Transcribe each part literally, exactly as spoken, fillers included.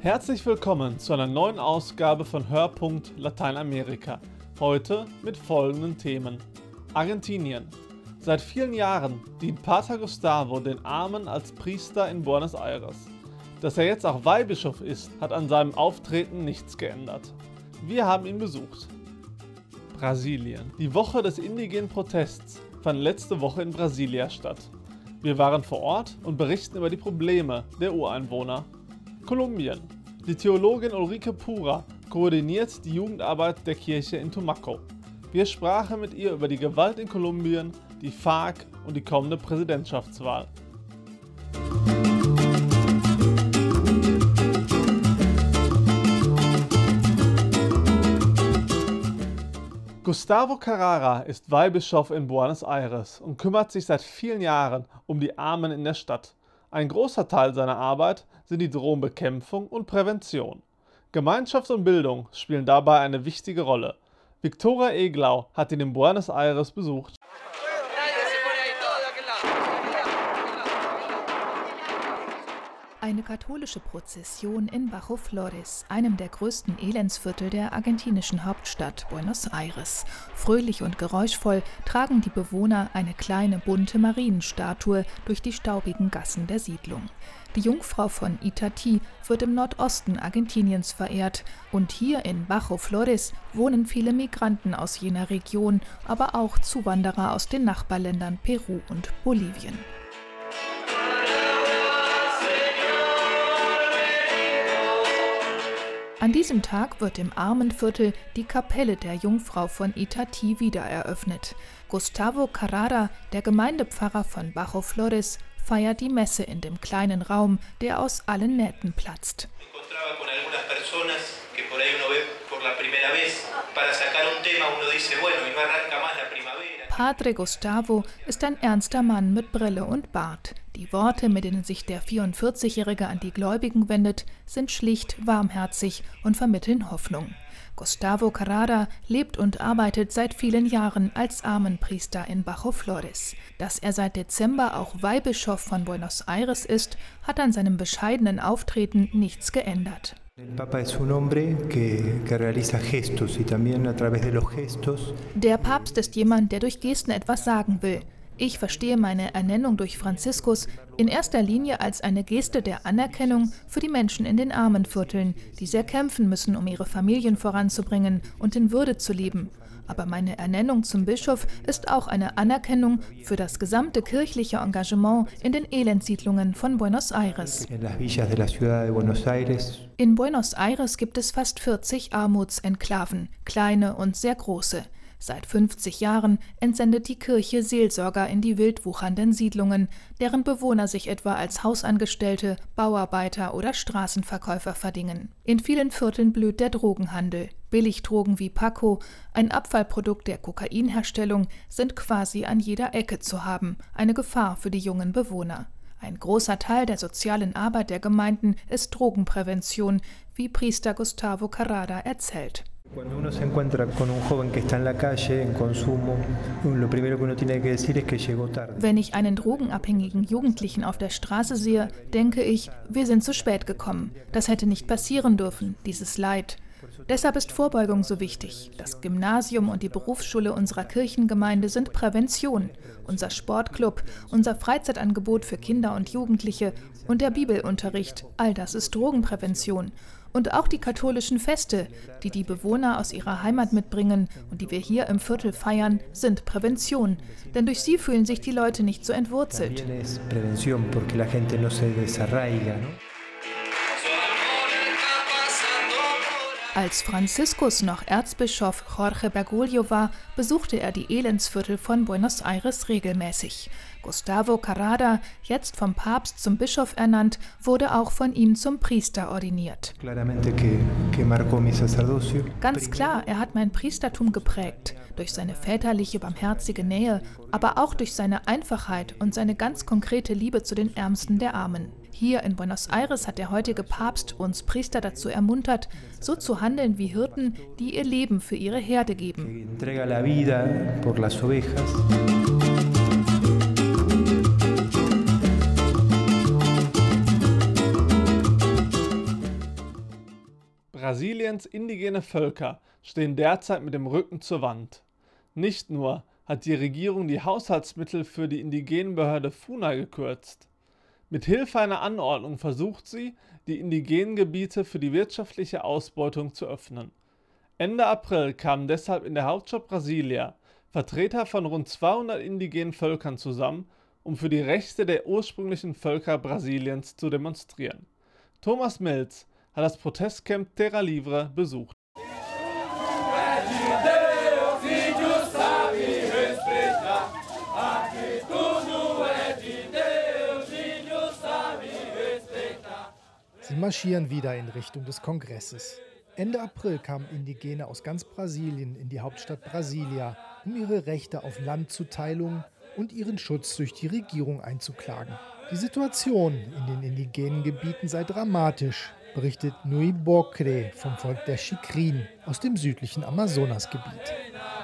Herzlich willkommen zu einer neuen Ausgabe von Hörpunkt Lateinamerika. Heute mit folgenden Themen. Argentinien. Seit vielen Jahren dient Pater Gustavo den Armen als Priester in Buenos Aires. Dass er jetzt auch Weihbischof ist, hat an seinem Auftreten nichts geändert. Wir haben ihn besucht. Brasilien. Die Woche des indigenen Protests fand letzte Woche in Brasilia statt. Wir waren vor Ort und berichten über die Probleme der Ureinwohner. Kolumbien. Die Theologin Ulrike Pura koordiniert die Jugendarbeit der Kirche in Tumaco. Wir sprachen mit ihr über die Gewalt in Kolumbien, die FARC und die kommende Präsidentschaftswahl. Gustavo Carrara ist Weihbischof in Buenos Aires und kümmert sich seit vielen Jahren um die Armen in der Stadt. Ein großer Teil seiner Arbeit sind die Drogenbekämpfung und Prävention. Gemeinschaft und Bildung spielen dabei eine wichtige Rolle. Victoria Eglau hat ihn in Buenos Aires besucht. Eine katholische Prozession in Bajo Flores, einem der größten Elendsviertel der argentinischen Hauptstadt Buenos Aires. Fröhlich und geräuschvoll tragen die Bewohner eine kleine bunte Marienstatue durch die staubigen Gassen der Siedlung. Die Jungfrau von Itatí wird im Nordosten Argentiniens verehrt und hier in Bajo Flores wohnen viele Migranten aus jener Region, aber auch Zuwanderer aus den Nachbarländern Peru und Bolivien. An diesem Tag wird im Armenviertel die Kapelle der Jungfrau von Itatí wiedereröffnet. Gustavo Carrara, der Gemeindepfarrer von Bajo Flores, feiert die Messe in dem kleinen Raum, der aus allen Nähten platzt. Padre Gustavo ist ein ernster Mann mit Brille und Bart. Die Worte, mit denen sich der vierundvierzigjährige an die Gläubigen wendet, sind schlicht, warmherzig und vermitteln Hoffnung. Gustavo Carrara lebt und arbeitet seit vielen Jahren als Armenpriester in Bajo Flores. Dass er seit Dezember auch Weihbischof von Buenos Aires ist, hat an seinem bescheidenen Auftreten nichts geändert. Der Papst ist jemand, der durch Gesten etwas sagen will. Ich verstehe meine Ernennung durch Franziskus in erster Linie als eine Geste der Anerkennung für die Menschen in den Armenvierteln, die sehr kämpfen müssen, um ihre Familien voranzubringen und in Würde zu leben. Aber meine Ernennung zum Bischof ist auch eine Anerkennung für das gesamte kirchliche Engagement in den Elendsiedlungen von Buenos Aires. In Buenos Aires gibt es fast vierzig Armutsenklaven, kleine und sehr große. Seit fünfzig Jahren entsendet die Kirche Seelsorger in die wild wuchernden Siedlungen, deren Bewohner sich etwa als Hausangestellte, Bauarbeiter oder Straßenverkäufer verdingen. In vielen Vierteln blüht der Drogenhandel. Billigdrogen wie Paco, ein Abfallprodukt der Kokainherstellung, sind quasi an jeder Ecke zu haben, eine Gefahr für die jungen Bewohner. Ein großer Teil der sozialen Arbeit der Gemeinden ist Drogenprävention, wie Priester Gustavo Carrara erzählt. Wenn ich einen drogenabhängigen Jugendlichen auf der Straße sehe, denke ich, wir sind zu spät gekommen. Das hätte nicht passieren dürfen, dieses Leid. Deshalb ist Vorbeugung so wichtig. Das Gymnasium und die Berufsschule unserer Kirchengemeinde sind Prävention. Unser Sportclub, unser Freizeitangebot für Kinder und Jugendliche und der Bibelunterricht, all das ist Drogenprävention. Und auch die katholischen Feste, die die Bewohner aus ihrer Heimat mitbringen und die wir hier im Viertel feiern, sind Prävention. Denn durch sie fühlen sich die Leute nicht so entwurzelt. Als Franziskus noch Erzbischof Jorge Bergoglio war, besuchte er die Elendsviertel von Buenos Aires regelmäßig. Gustavo Carrara, jetzt vom Papst zum Bischof ernannt, wurde auch von ihm zum Priester ordiniert. Ganz klar, er hat mein Priestertum geprägt, durch seine väterliche, barmherzige Nähe, aber auch durch seine Einfachheit und seine ganz konkrete Liebe zu den Ärmsten der Armen. Hier in Buenos Aires hat der heutige Papst uns Priester dazu ermuntert, so zu handeln wie Hirten, die ihr Leben für ihre Herde geben. Brasiliens indigene Völker stehen derzeit mit dem Rücken zur Wand. Nicht nur hat die Regierung die Haushaltsmittel für die indigenen Behörde FUNAI gekürzt. Mit Hilfe einer Anordnung versucht sie, die indigenen Gebiete für die wirtschaftliche Ausbeutung zu öffnen. Ende April kamen deshalb in der Hauptstadt Brasilia Vertreter von rund zweihundert indigenen Völkern zusammen, um für die Rechte der ursprünglichen Völker Brasiliens zu demonstrieren. Thomas Mills hat das Protestcamp Terra Livre besucht. Sie marschieren wieder in Richtung des Kongresses. Ende April kamen Indigene aus ganz Brasilien in die Hauptstadt Brasilia, um ihre Rechte auf Landzuteilung und ihren Schutz durch die Regierung einzuklagen. Die Situation in den indigenen Gebieten sei dramatisch, berichtet Nui Bocre vom Volk der Xikrin aus dem südlichen Amazonasgebiet.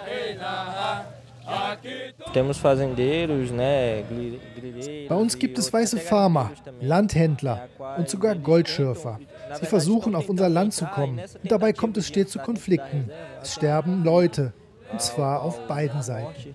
Bei uns gibt es weiße Farmer, Landhändler und sogar Goldschürfer. Sie versuchen, auf unser Land zu kommen. Und dabei kommt es stets zu Konflikten. Es sterben Leute, und zwar auf beiden Seiten.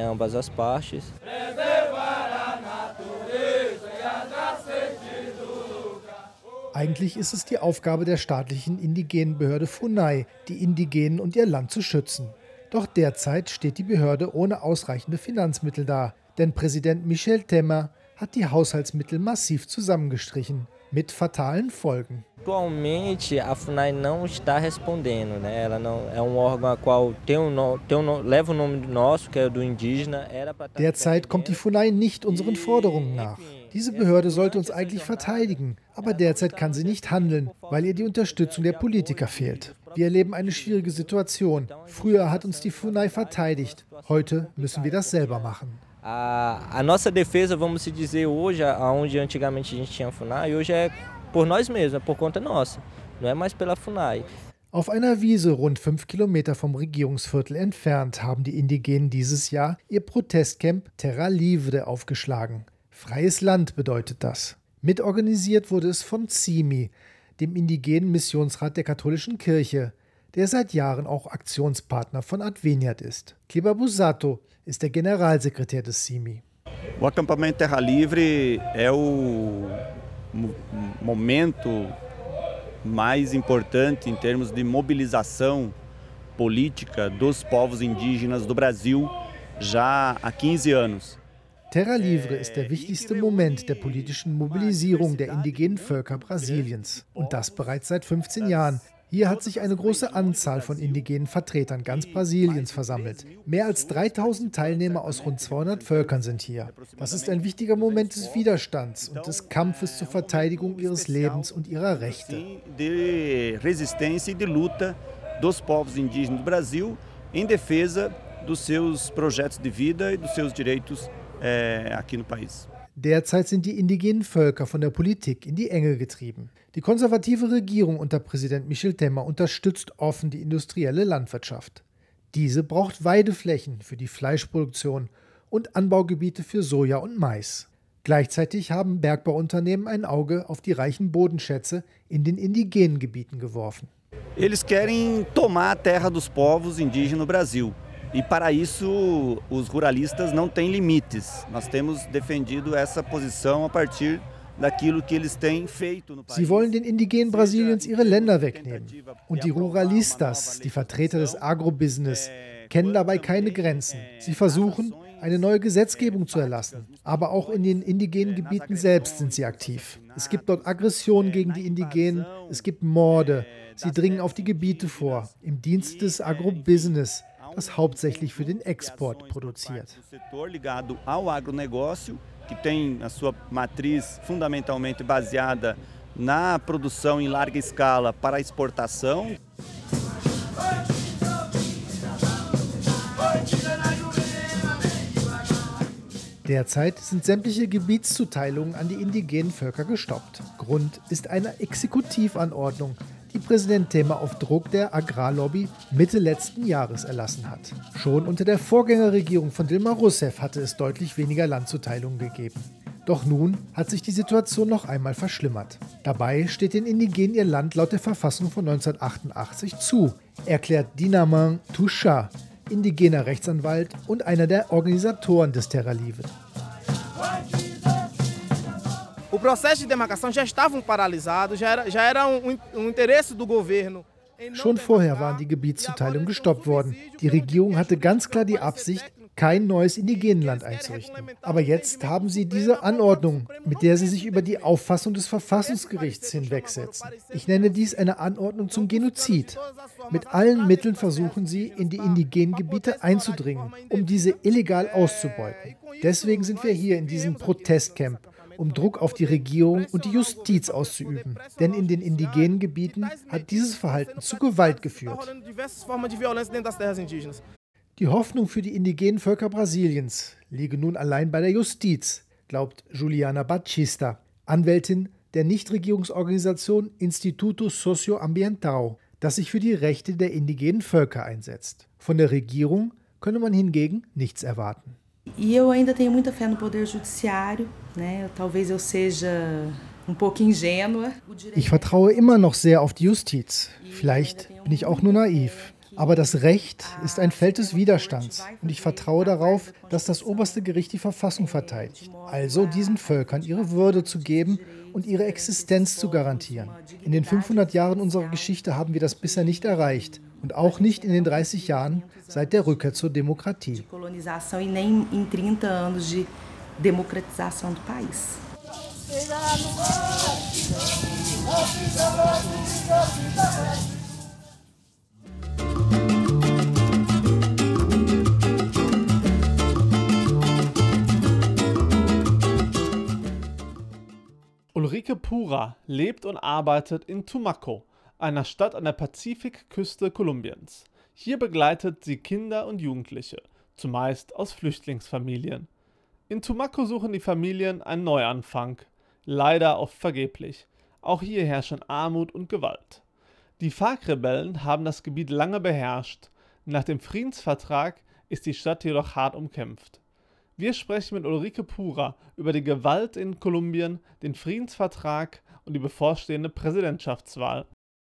Eigentlich ist es die Aufgabe der staatlichen indigenen Behörde FUNAI, die Indigenen und ihr Land zu schützen. Doch derzeit steht die Behörde ohne ausreichende Finanzmittel da, denn Präsident Michel Temer hat die Haushaltsmittel massiv zusammengestrichen, mit fatalen Folgen. Atualmente a FUNAI não está respondendo, né? Ela não é um órgão a qual tem um no, tem um, leva o nome nosso, que é do indígena. Derzeit kommt die FUNAI nicht unseren Forderungen nach. Diese Behörde sollte uns eigentlich verteidigen, aber derzeit kann sie nicht handeln, weil ihr die Unterstützung der Politiker fehlt. Wir erleben eine schwierige Situation. Früher hat uns die FUNAI verteidigt, heute müssen wir das selber machen. A, a nossa defesa, vamos se dizer hoje, aonde antigamente a gente tinha FUNAI, hoje é por nós mesmos, é por conta nossa, não é mais pela FUNAI. Auf einer Wiese rund fünf Kilometer vom Regierungsviertel entfernt haben die Indigenen dieses Jahr ihr Protestcamp Terra Livre aufgeschlagen. Freies Land bedeutet das. Mitorganisiert wurde es von C I M I, dem indigenen Missionsrat der katholischen Kirche, der seit Jahren auch Aktionspartner von Adveniat ist. Kleber Busato ist der Generalsekretär des C I M I. O acampamento Terra Livre é o momento mais importante em termos de mobilização política dos povos indígenas do Brasil já há quinze anos. Terra Livre ist der wichtigste Moment der politischen Mobilisierung der indigenen Völker Brasiliens. Und das bereits seit fünfzehn Jahren. Hier hat sich eine große Anzahl von indigenen Vertretern ganz Brasiliens versammelt. Mehr als dreitausend Teilnehmer aus rund zweihundert Völkern sind hier. Das ist ein wichtiger Moment des Widerstands und des Kampfes zur Verteidigung ihres Lebens und ihrer Rechte. De resistência e de luta dos povos indígenas do Brasil em defesa dos seus projetos de vida e dos seus direitos aqui no país. Derzeit sind die indigenen Völker von der Politik in die Enge getrieben. Die konservative Regierung unter Präsident Michel Temer unterstützt offen die industrielle Landwirtschaft. Diese braucht Weideflächen für die Fleischproduktion und Anbaugebiete für Soja und Mais. Gleichzeitig haben Bergbauunternehmen ein Auge auf die reichen Bodenschätze in den indigenen Gebieten geworfen. Eles querem tomar a terra dos povos indígenas no Brasil. E para isso os ruralistas não têm limites. Nós temos defendido essa posição a partir daquilo que eles têm feito no país. Sie wollen den Indigenen Brasiliens ihre Länder wegnehmen. Und die Ruralistas, die Vertreter des Agrobusiness, kennen dabei keine Grenzen. Sie versuchen, eine neue Gesetzgebung zu erlassen. Aber auch in den indigenen Gebieten selbst sind sie aktiv. Es gibt dort Aggressionen gegen die Indigenen, es gibt Morde. Sie dringen auf die Gebiete vor, im Dienst des Agrobusiness, das hauptsächlich für den Export produziert. O setor ligado ao agronegócio, que tem a sua matriz fundamentalmente baseada na produção em larga escala para a exportação. Derzeit sind sämtliche Gebietszuteilungen an die indigenen Völker gestoppt. Grund ist eine Exekutivanordnung, die Präsident Temer auf Druck der Agrarlobby Mitte letzten Jahres erlassen hat. Schon unter der Vorgängerregierung von Dilma Rousseff hatte es deutlich weniger Landzuteilungen gegeben. Doch nun hat sich die Situation noch einmal verschlimmert. Dabei steht den Indigenen ihr Land laut der Verfassung von neunzehnhundertachtundachtzig zu, erklärt Dinaman Toucha, indigener Rechtsanwalt und einer der Organisatoren des Terra Livre. O processo de demarcação já estavam paralisados, já era, já era um, um interesse do governo. Schon vorher waren die Gebietszuteilungen gestoppt worden. Die Regierung hatte ganz klar die Absicht, kein neues Indigenenland einzurichten. Aber jetzt haben sie diese Anordnung, mit der sie sich über die Auffassung des Verfassungsgerichts hinwegsetzen. Ich nenne dies eine Anordnung zum Genozid. Mit allen Mitteln versuchen sie, in die indigenen Gebiete einzudringen, um diese illegal auszubeuten. Deswegen sind wir hier in diesem Protestcamp, um Druck auf die Regierung und die Justiz auszuüben. Denn in den indigenen Gebieten hat dieses Verhalten zu Gewalt geführt. Die Hoffnung für die indigenen Völker Brasiliens liege nun allein bei der Justiz, glaubt Juliana Batista, Anwältin der Nichtregierungsorganisation Instituto Socioambiental, das sich für die Rechte der indigenen Völker einsetzt. Von der Regierung könne man hingegen nichts erwarten. E eu ainda tenho muita fé no Poder Judiciário, né? Talvez eu seja um pouco ingênua. Ich vertraue immer noch sehr auf die Justiz. Vielleicht bin ich auch nur naiv. Aber das Recht ist ein Feld des Widerstands und ich vertraue darauf, dass das oberste Gericht die Verfassung verteidigt. Also diesen Völkern ihre Würde zu geben und ihre Existenz zu garantieren. In den fünfhundert Jahren unserer Geschichte haben wir das bisher nicht erreicht und auch nicht in den dreißig Jahren seit der Rückkehr zur Demokratie. Colonização e nem em trinta anos de democratização do país. Ulrike Pura lebt und arbeitet in Tumaco, einer Stadt an der Pazifikküste Kolumbiens. Hier begleitet sie Kinder und Jugendliche, zumeist aus Flüchtlingsfamilien. In Tumaco suchen die Familien einen Neuanfang, leider oft vergeblich. Auch hier herrschen Armut und Gewalt. Die FARC-Rebellen haben das Gebiet lange beherrscht. Nach dem Friedensvertrag ist die Stadt jedoch hart umkämpft. Wir sprechen mit Ulrike Pura über die Gewalt in Kolumbien, den Friedensvertrag und die bevorstehende Präsidentschaftswahl.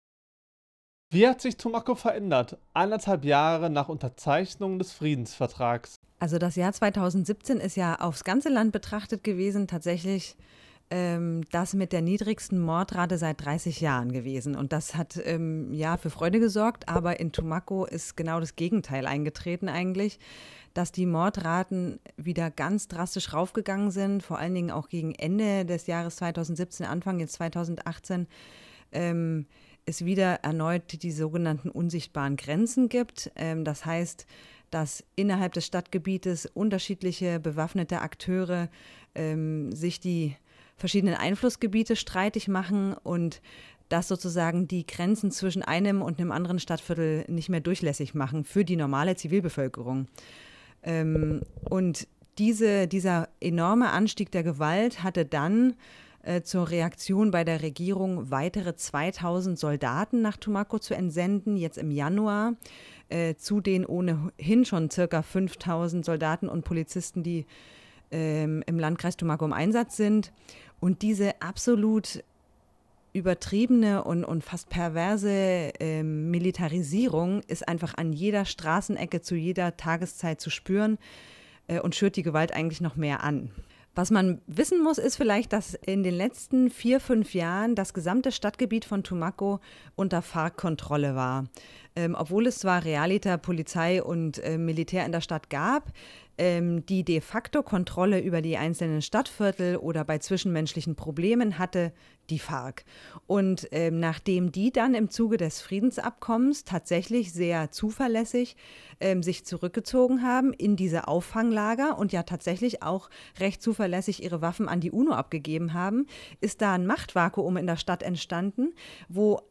Wie hat sich Tumaco verändert, eineinhalb Jahre nach Unterzeichnung des Friedensvertrags? Also das Jahr zweitausendsiebzehn ist ja aufs ganze Land betrachtet gewesen, tatsächlich ähm, das mit der niedrigsten Mordrate seit dreißig Jahren gewesen. Und das hat ähm, ja für Freude gesorgt, aber in Tumaco ist genau das Gegenteil eingetreten eigentlich, dass die Mordraten wieder ganz drastisch raufgegangen sind, vor allen Dingen auch gegen Ende des Jahres zweitausendsiebzehn, Anfang jetzt zweitausendachtzehn, ähm, es wieder erneut die sogenannten unsichtbaren Grenzen gibt. Ähm, das heißt, dass innerhalb des Stadtgebietes unterschiedliche bewaffnete Akteure ähm, sich die verschiedenen Einflussgebiete streitig machen und das sozusagen die Grenzen zwischen einem und einem anderen Stadtviertel nicht mehr durchlässig machen für die normale Zivilbevölkerung. Ähm, und diese, dieser enorme Anstieg der Gewalt hatte dann äh, zur Reaktion bei der Regierung weitere zweitausend Soldaten nach Tumaco zu entsenden, jetzt im Januar, äh, zu den ohnehin schon circa fünftausend Soldaten und Polizisten, die ähm, im Landkreis Tumaco im Einsatz sind. Und diese absolut übertriebene und, und fast perverse ähm, Militarisierung ist einfach an jeder Straßenecke zu jeder Tageszeit zu spüren äh, und schürt die Gewalt eigentlich noch mehr an. Was man wissen muss, ist vielleicht, dass in den letzten vier, fünf Jahren das gesamte Stadtgebiet von Tumaco unter FARC-Kontrolle war. Ähm, obwohl es zwar Realiter, Polizei und äh, Militär in der Stadt gab, ähm, die de facto Kontrolle über die einzelnen Stadtviertel oder bei zwischenmenschlichen Problemen hatte die FARC. Und ähm, nachdem die dann im Zuge des Friedensabkommens tatsächlich sehr zuverlässig ähm, sich zurückgezogen haben in diese Auffanglager und ja tatsächlich auch recht zuverlässig ihre Waffen an die UNO abgegeben haben, ist da ein Machtvakuum in der Stadt entstanden, wo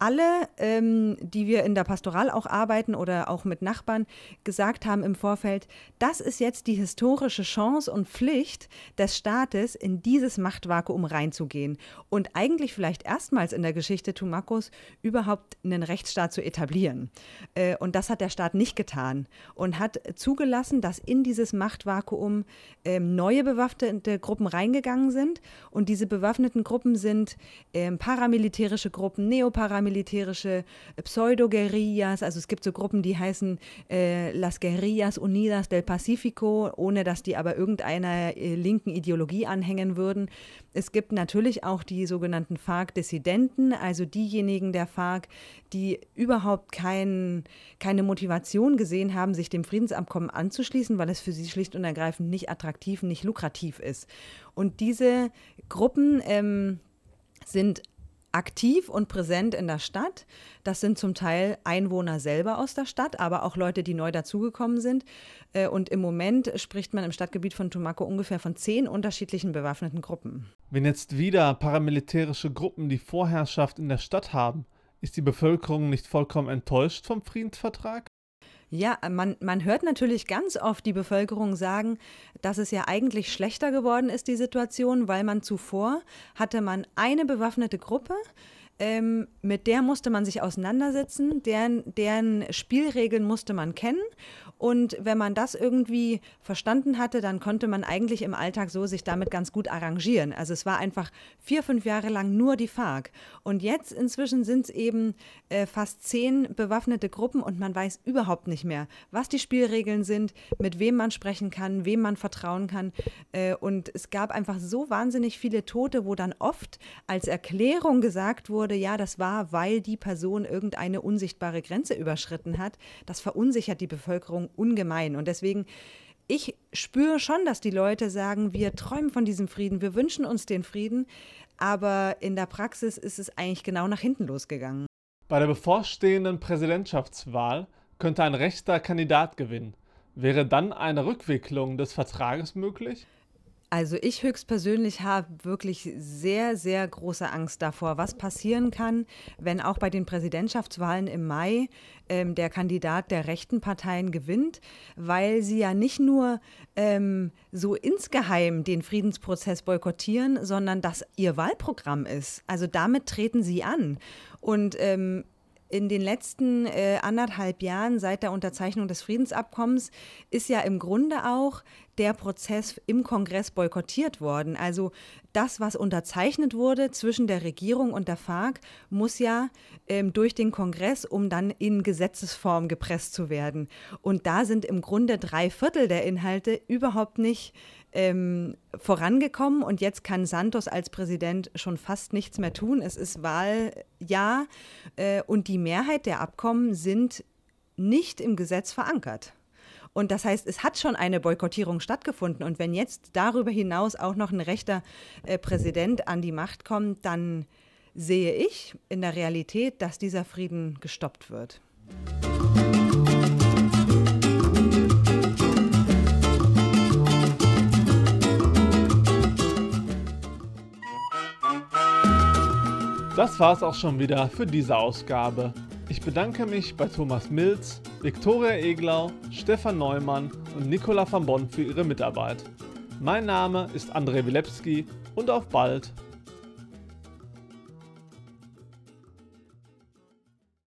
alle, ähm, die wir in der Pastoral auch arbeiten oder auch mit Nachbarn, gesagt haben im Vorfeld, das ist jetzt die historische Chance und Pflicht des Staates, in dieses Machtvakuum reinzugehen und eigentlich vielleicht erstmals in der Geschichte Tumacos überhaupt einen Rechtsstaat zu etablieren. Äh, und das hat der Staat nicht getan und hat zugelassen, dass in dieses Machtvakuum ähm, neue bewaffnete Gruppen reingegangen sind. Und diese bewaffneten Gruppen sind ähm, paramilitärische Gruppen, neoparamilitärische, militärische Pseudo-Guerillas, also es gibt so Gruppen, die heißen äh, Las Guerrillas Unidas del Pacífico, ohne dass die aber irgendeiner äh, linken Ideologie anhängen würden. Es gibt natürlich auch die sogenannten FARC-Dissidenten, also diejenigen der FARC, die überhaupt kein, keine Motivation gesehen haben, sich dem Friedensabkommen anzuschließen, weil es für sie schlicht und ergreifend nicht attraktiv, nicht lukrativ ist. Und diese Gruppen ähm, sind aktiv und präsent in der Stadt. Das sind zum Teil Einwohner selber aus der Stadt, aber auch Leute, die neu dazugekommen sind. Und im Moment spricht man im Stadtgebiet von Tumaco ungefähr von zehn unterschiedlichen bewaffneten Gruppen. Wenn jetzt wieder paramilitärische Gruppen die Vorherrschaft in der Stadt haben, ist die Bevölkerung nicht vollkommen enttäuscht vom Friedensvertrag? Ja, man, man hört natürlich ganz oft die Bevölkerung sagen, dass es ja eigentlich schlechter geworden ist, die Situation, weil man zuvor hatte man eine bewaffnete Gruppe, ähm, mit der musste man sich auseinandersetzen, deren, deren Spielregeln musste man kennen. Und wenn man das irgendwie verstanden hatte, dann konnte man eigentlich im Alltag so sich damit ganz gut arrangieren. Also es war einfach vier, fünf Jahre lang nur die FARC. Und jetzt inzwischen sind es eben äh, fast zehn bewaffnete Gruppen und man weiß überhaupt nicht mehr, was die Spielregeln sind, mit wem man sprechen kann, wem man vertrauen kann. Äh, und es gab einfach so wahnsinnig viele Tote, wo dann oft als Erklärung gesagt wurde, ja, das war, weil die Person irgendeine unsichtbare Grenze überschritten hat. Das verunsichert die Bevölkerung ungemein. Und deswegen, ich spüre schon, dass die Leute sagen, wir träumen von diesem Frieden, wir wünschen uns den Frieden, aber in der Praxis ist es eigentlich genau nach hinten losgegangen. Bei der bevorstehenden Präsidentschaftswahl könnte ein rechter Kandidat gewinnen. Wäre dann eine Rückwicklung des Vertrages möglich? Also ich höchstpersönlich habe wirklich sehr, sehr große Angst davor, was passieren kann, wenn auch bei den Präsidentschaftswahlen im Mai ähm, der Kandidat der rechten Parteien gewinnt, weil sie ja nicht nur ähm, so insgeheim den Friedensprozess boykottieren, sondern das ihr Wahlprogramm ist. Also damit treten sie an. Und ähm, in den letzten äh, anderthalb Jahren seit der Unterzeichnung des Friedensabkommens ist ja im Grunde auch der Prozess im Kongress boykottiert worden. Also das, was unterzeichnet wurde zwischen der Regierung und der FARC, muss ja ähm, durch den Kongress, um dann in Gesetzesform gepresst zu werden. Und da sind im Grunde drei Viertel der Inhalte überhaupt nicht ähm, vorangekommen. Und jetzt kann Santos als Präsident schon fast nichts mehr tun. Es ist Wahljahr äh, und die Mehrheit der Abkommen sind nicht im Gesetz verankert. Und das heißt, es hat schon eine Boykottierung stattgefunden. Und wenn jetzt darüber hinaus auch noch ein rechter äh, Präsident an die Macht kommt, dann sehe ich in der Realität, dass dieser Frieden gestoppt wird. Das war's auch schon wieder für diese Ausgabe. Ich bedanke mich bei Thomas Milz, Viktoria Eglau, Stefan Neumann und Nicola van Bonn für ihre Mitarbeit. Mein Name ist André Wilepski und auf bald!